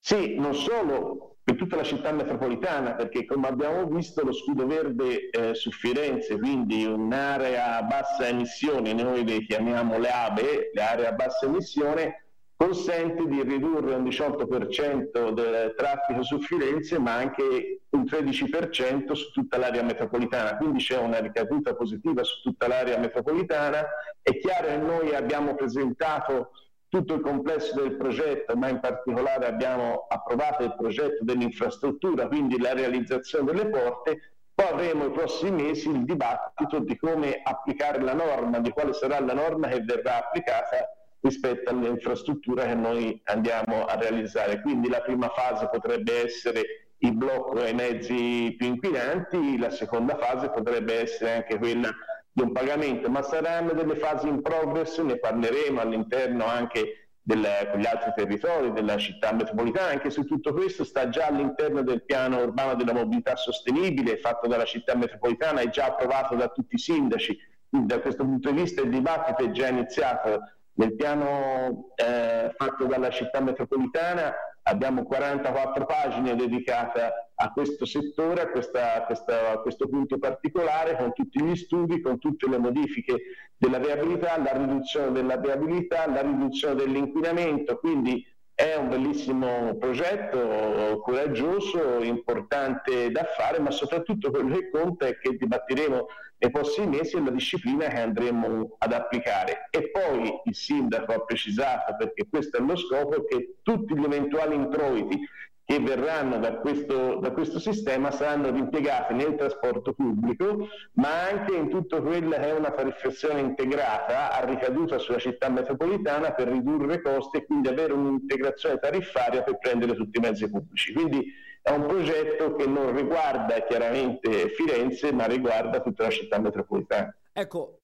Sì, non solo per tutta la città metropolitana, perché come abbiamo visto lo scudo verde su Firenze, quindi un'area a bassa emissione, noi le chiamiamo le ABE, le aree a bassa emissione, consente di ridurre un 18% del traffico su Firenze, ma anche un 13% su tutta l'area metropolitana, quindi c'è una ricaduta positiva su tutta l'area metropolitana. È chiaro che noi abbiamo presentato tutto il complesso del progetto, ma in particolare abbiamo approvato il progetto dell'infrastruttura, quindi la realizzazione delle porte. Poi avremo i prossimi mesi il dibattito di come applicare la norma, di quale sarà la norma che verrà applicata rispetto all'infrastruttura che noi andiamo a realizzare. Quindi la prima fase potrebbe essere il blocco ai mezzi più inquinanti, la seconda fase potrebbe essere anche quella di un pagamento, ma saranno delle fasi in progress, ne parleremo all'interno anche con gli altri territori della città metropolitana. Anche su tutto questo sta già all'interno del piano urbano della mobilità sostenibile fatto dalla città metropolitana e già approvato da tutti i sindaci. Quindi da questo punto di vista il dibattito è già iniziato. Nel piano fatto dalla città metropolitana abbiamo 44 pagine dedicate a questo settore, a questo punto particolare, con tutti gli studi, con tutte le modifiche della viabilità, la riduzione della viabilità, la riduzione dell'inquinamento. Quindi è un bellissimo progetto, coraggioso, importante da fare, ma soprattutto quello che conta è che dibatteremo nei prossimi mesi la disciplina che andremo ad applicare. E poi il sindaco ha precisato, perché questo è lo scopo, che tutti gli eventuali introiti che verranno da questo sistema saranno impiegati nel trasporto pubblico, ma anche in tutto quella che è una tariffazione integrata a ricaduta sulla città metropolitana per ridurre costi e quindi avere un'integrazione tariffaria per prendere tutti i mezzi pubblici. Quindi è un progetto che non riguarda chiaramente Firenze, ma riguarda tutta la città metropolitana. Ecco,